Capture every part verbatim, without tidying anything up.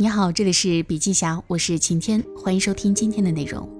你好，这里是笔记侠，我是晴天，欢迎收听今天的内容。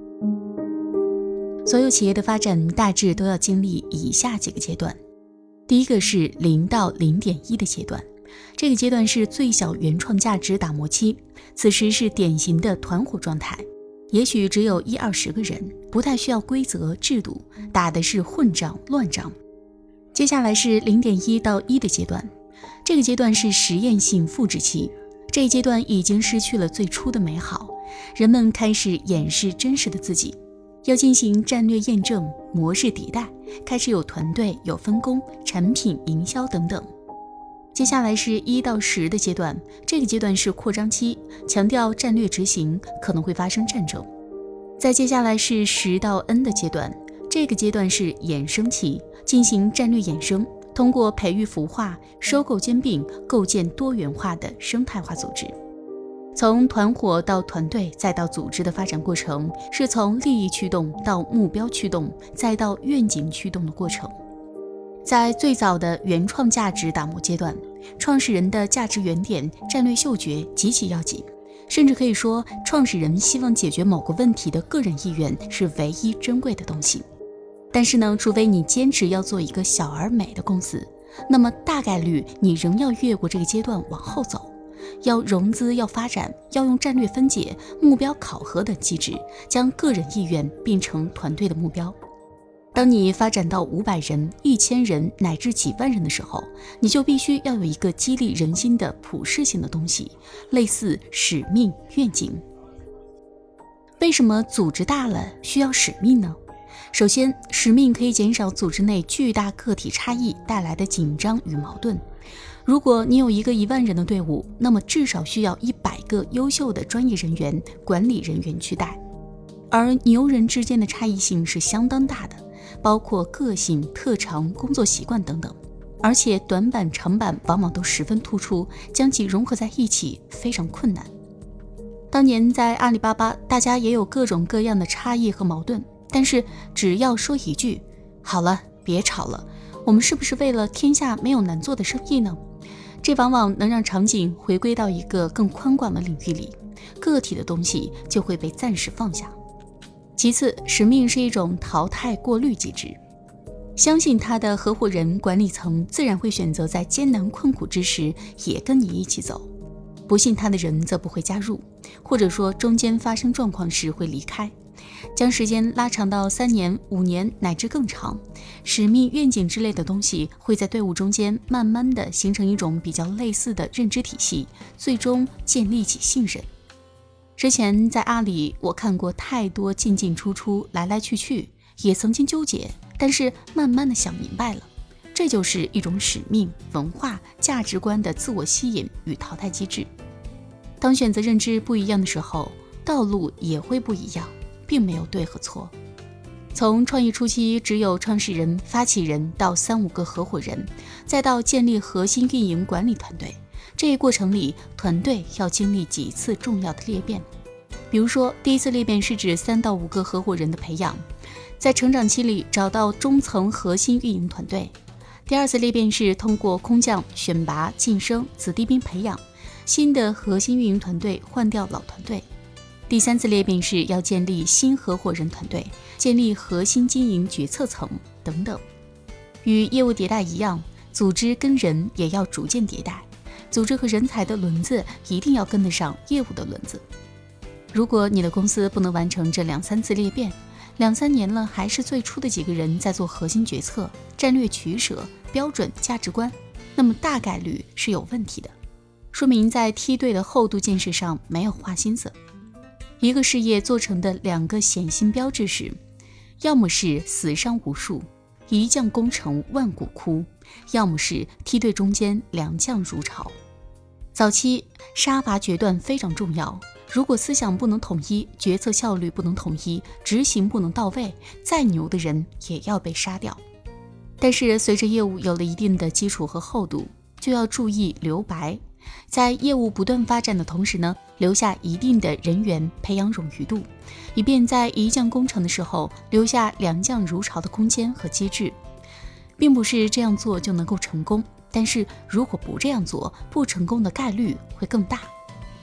所有企业的发展大致都要经历以下几个阶段。第一个是零到零点一的阶段，这个阶段是最小原创价值打磨期，此时是典型的团伙状态，也许只有一二十个人，不太需要规则制度，打的是混账乱账。接下来是零点一到一的阶段，这个阶段是实验性复制期，这一阶段已经失去了最初的美好，人们开始演示真实的自己，要进行战略验证、模式迭代，开始有团队、有分工、产品营销等等。接下来是一到十的阶段，这个阶段是扩张期，强调战略执行，可能会发生战争。再接下来是十到 N 的阶段，这个阶段是衍生期，进行战略衍生，通过培育孵化、收购兼并，构建多元化的生态化组织。从团伙到团队再到组织的发展过程，是从利益驱动到目标驱动再到愿景驱动的过程。在最早的原创价值打磨阶段，创始人的价值原点、战略嗅觉极其要紧，甚至可以说创始人希望解决某个问题的个人意愿是唯一珍贵的东西。但是呢，除非你坚持要做一个小而美的公司，那么大概率你仍要越过这个阶段往后走，要融资，要发展，要用战略分解、目标考核等机制，将个人意愿变成团队的目标。当你发展到五百人、一千人乃至几万人的时候，你就必须要有一个激励人心的普世性的东西，类似使命、愿景。为什么组织大了需要使命呢？首先，使命可以减少组织内巨大个体差异带来的紧张与矛盾。如果你有一个一万人的队伍，那么至少需要一百个优秀的专业人员、管理人员去带。而牛人之间的差异性是相当大的，包括个性、特长、工作习惯等等，而且短板、长板往往都十分突出，将其融合在一起非常困难。当年在阿里巴巴，大家也有各种各样的差异和矛盾，但是只要说一句好了，别吵了，我们是不是为了天下没有难做的生意呢？这往往能让场景回归到一个更宽广的领域里，个体的东西就会被暂时放下。其次，使命是一种淘汰过滤机制，相信他的合伙人、管理层自然会选择在艰难困苦之时也跟你一起走，不信他的人则不会加入，或者说中间发生状况时会离开。将时间拉长到三年、五年乃至更长，使命、愿景之类的东西会在队伍中间慢慢的形成一种比较类似的认知体系，最终建立起信任。之前在阿里，我看过太多进进出出、来来去去，也曾经纠结，但是慢慢的想明白了，这就是一种使命、文化、价值观的自我吸引与淘汰机制。当选择认知不一样的时候，道路也会不一样，并没有对和错。从创业初期只有创始人、发起人到三五个合伙人，再到建立核心运营管理团队，这一过程里，团队要经历几次重要的裂变。比如说，第一次裂变是指三到五个合伙人的培养，在成长期里找到中层核心运营团队。第二次裂变是通过空降、选拔、晋升、子弟兵培养，新的核心运营团队换掉老团队。第三次裂变是要建立新合伙人团队，建立核心经营决策层等等。与业务迭代一样，组织跟人也要逐渐迭代，组织和人才的轮子一定要跟得上业务的轮子。如果你的公司不能完成这两三次裂变，两三年了还是最初的几个人在做核心决策、战略取舍、标准价值观，那么大概率是有问题的，说明在梯队的厚度建设上没有花心思。一个事业做成的两个显性标志是，要么是死伤无数，一将功成万骨枯，要么是梯队中间良将如潮。早期杀伐决断非常重要，如果思想不能统一，决策效率不能统一，执行不能到位，再牛的人也要被杀掉。但是随着业务有了一定的基础和厚度，就要注意留白，在业务不断发展的同时呢，留下一定的人员培养冗余度，以便在一将功成的时候留下良将如潮的空间和机制。并不是这样做就能够成功，但是如果不这样做，不成功的概率会更大。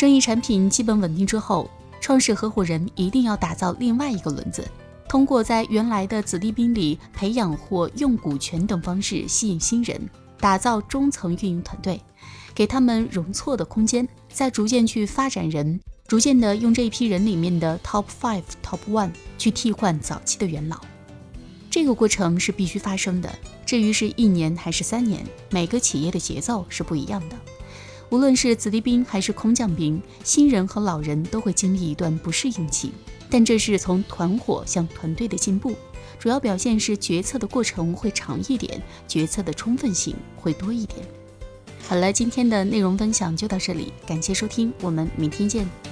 生意产品基本稳定之后，创始合伙人一定要打造另外一个轮子，通过在原来的子弟兵里培养或用股权等方式吸引新人，打造中层运营团队，给他们容错的空间，再逐渐去发展人，逐渐的用这一批人里面的 top five、top one 去替换早期的元老。这个过程是必须发生的，至于是一年还是三年，每个企业的节奏是不一样的。无论是子弟兵还是空降兵，新人和老人都会经历一段不适应期，但这是从团伙向团队的进步，主要表现是决策的过程会长一点，决策的充分性会多一点。好了，今天的内容分享就到这里，感谢收听，我们明天见。